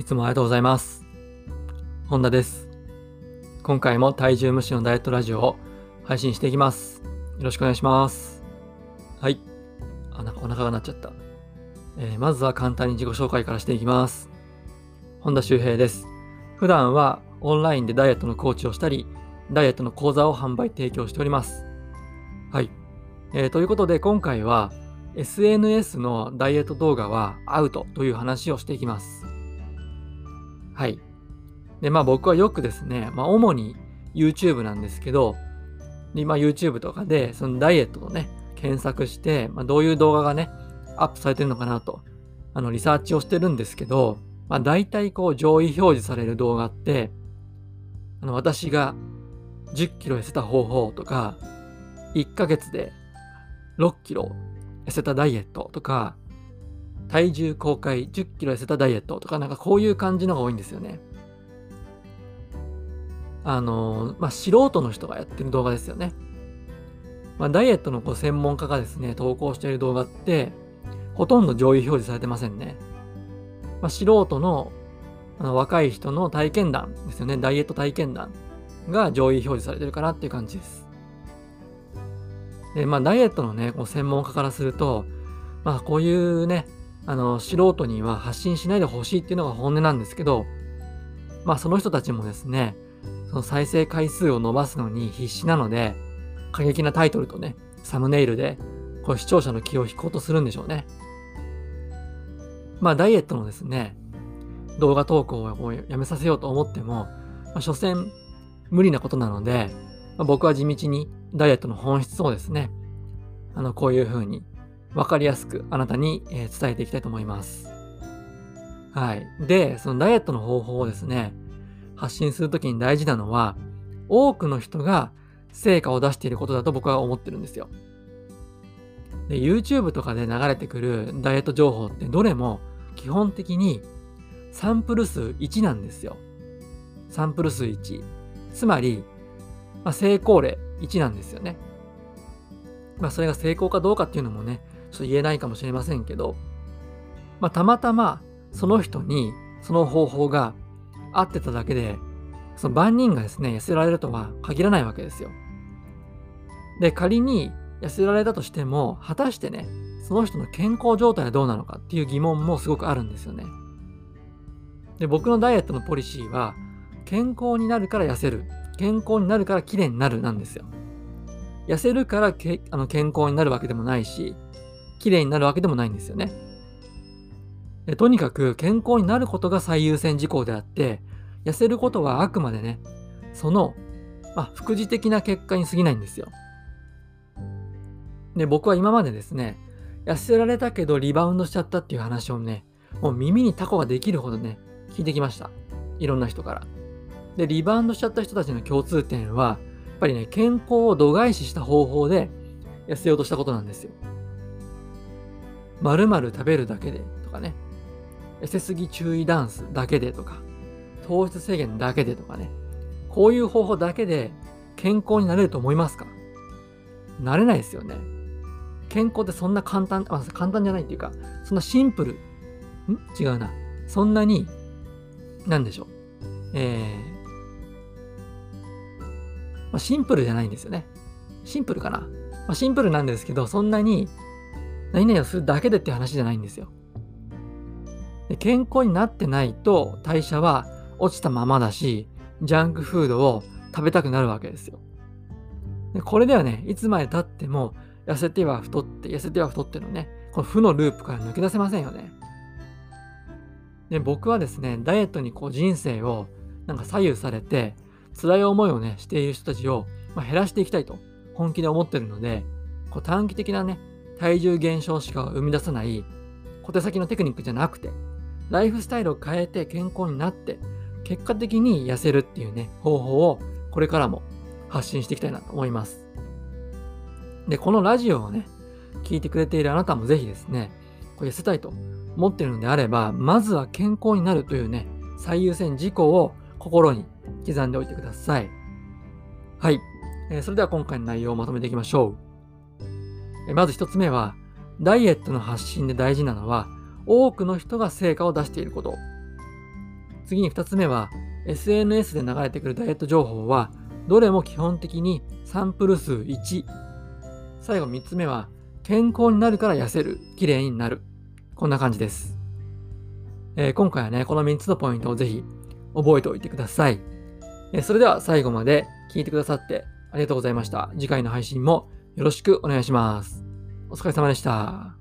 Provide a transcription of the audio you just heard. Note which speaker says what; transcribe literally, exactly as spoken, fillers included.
Speaker 1: いつもありがとうございます。本田です。今回も体重無視のダイエットラジオを配信していきます。よろしくお願いします。はい。あ、なんかお腹が鳴っちゃった。えー、まずは簡単に自己紹介からしていきます。本田修平です。普段はオンラインでダイエットのコーチをしたり、ダイエットの講座を販売提供しております。はい。えー、ということで今回は エスエヌエス のダイエット動画はアウトという話をしていきます。はい。で、まあ僕はよくですね、まあ主に YouTube なんですけど、今 YouTube とかでそのダイエットのね、検索して、まあ、どういう動画がね、アップされてるのかなと、あのリサーチをしてるんですけど、まあ大体こう上位表示される動画って、あの私がじゅっキロ痩せた方法とか、いっかげつでろっキロ痩せたダイエットとか、体重公開じゅっキロ痩せたダイエットとか、なんかこういう感じのが多いんですよね。あの、まあ、素人の人がやってる動画ですよね。まあ、ダイエットのこう専門家がですね、投稿している動画って、ほとんど上位表示されてませんね。まあ、素人の、あの若い人の体験談ですよね。ダイエット体験談が上位表示されてるかなっていう感じです。で、まあ、ダイエットのね、こう専門家からすると、まあ、こういうね、あの、素人には発信しないでほしいっていうのが本音なんですけど、まあ、その人たちもですね、その再生回数を伸ばすのに必死なので、過激なタイトルとね、サムネイルで、こう視聴者の気を引こうとするんでしょうね。まあ、ダイエットのですね、動画投稿をやめさせようと思っても、まあ、所詮無理なことなので、まあ、僕は地道にダイエットの本質をですね、あの、こういう風に分かりやすくあなたに、えー伝えていきたいと思います。はい。で、そのダイエットの方法をですね、発信するときに大事なのは、多くの人が成果を出していることだと僕は思ってるんですよ。で、YouTube とかで流れてくるダイエット情報ってどれも基本的にサンプル数いちなんですよ。サンプル数いち。つまり、まあ、成功例いちなんですよね。まあ、それが成功かどうかっていうのもね、ちょっと言えないかもしれませんけど、まあ、たまたまその人にその方法が合ってただけで、その万人がですね、痩せられるとは限らないわけですよ。で、仮に痩せられたとしても、果たしてね、その人の健康状態はどうなのかっていう疑問もすごくあるんですよね。で、僕のダイエットのポリシーは、健康になるから痩せる。健康になるから綺麗になるなんですよ。痩せるからけあの健康になるわけでもないし、綺麗になるわけでもないんですよね。で、とにかく健康になることが最優先事項であって、痩せることはあくまでね、その、まあ、副次的な結果に過ぎないんですよ。で、僕は今までですね、痩せられたけどリバウンドしちゃったっていう話をね、もう耳にタコができるほどね、聞いてきました。いろんな人から。で、リバウンドしちゃった人たちの共通点は、やっぱりね、健康を度外視した方法で痩せようとしたことなんですよ。〇〇食べるだけでとかね、痩せすぎ注意ダンスだけでとか、糖質制限だけでとかね、こういう方法だけで健康になれると思いますか？なれないですよね。健康ってそんな簡単、あ、簡単じゃないっていうか、そんなシンプル、ん違うな。そんなに、なんでしょう。えー、まあ、シンプルじゃないんですよね。シンプルかな。まあ、シンプルなんですけど、そんなに何々をするだけでって話じゃないんですよ。で、健康になってないと代謝は落ちたままだし、ジャンクフードを食べたくなるわけですよ。で、これではね、いつまで経っても痩せては太って、痩せては太ってのね、この負のループから抜け出せませんよね。で、僕はですね、ダイエットにこう人生をなんか左右されて、辛い思いをね、している人たちを、まあ、減らしていきたいと本気で思ってるので、こう短期的なね、体重減少しか生み出さない小手先のテクニックじゃなくて、ライフスタイルを変えて健康になって、結果的に痩せるっていうね、方法をこれからも発信していきたいなと思います。で、このラジオをね、聞いてくれているあなたもぜひですね、こう痩せたいと思っているのであれば、まずは健康になるというね、最優先事項を心に刻んでおいてください。はい。えー、それでは今回の内容をまとめていきましょう。えー、まず一つ目は、ダイエットの発信で大事なのは、多くの人が成果を出していること。 次にふたつめは、エスエヌエス で流れてくるダイエット情報は、どれも基本的にサンプル数いち。最後みっつめは、健康になるから痩せる、綺麗になる。こんな感じです。えー、今回はね、このみっつのポイントをぜひ覚えておいてください。えー、それでは最後まで聞いてくださってありがとうございました。次回の配信もよろしくお願いします。お疲れ様でした。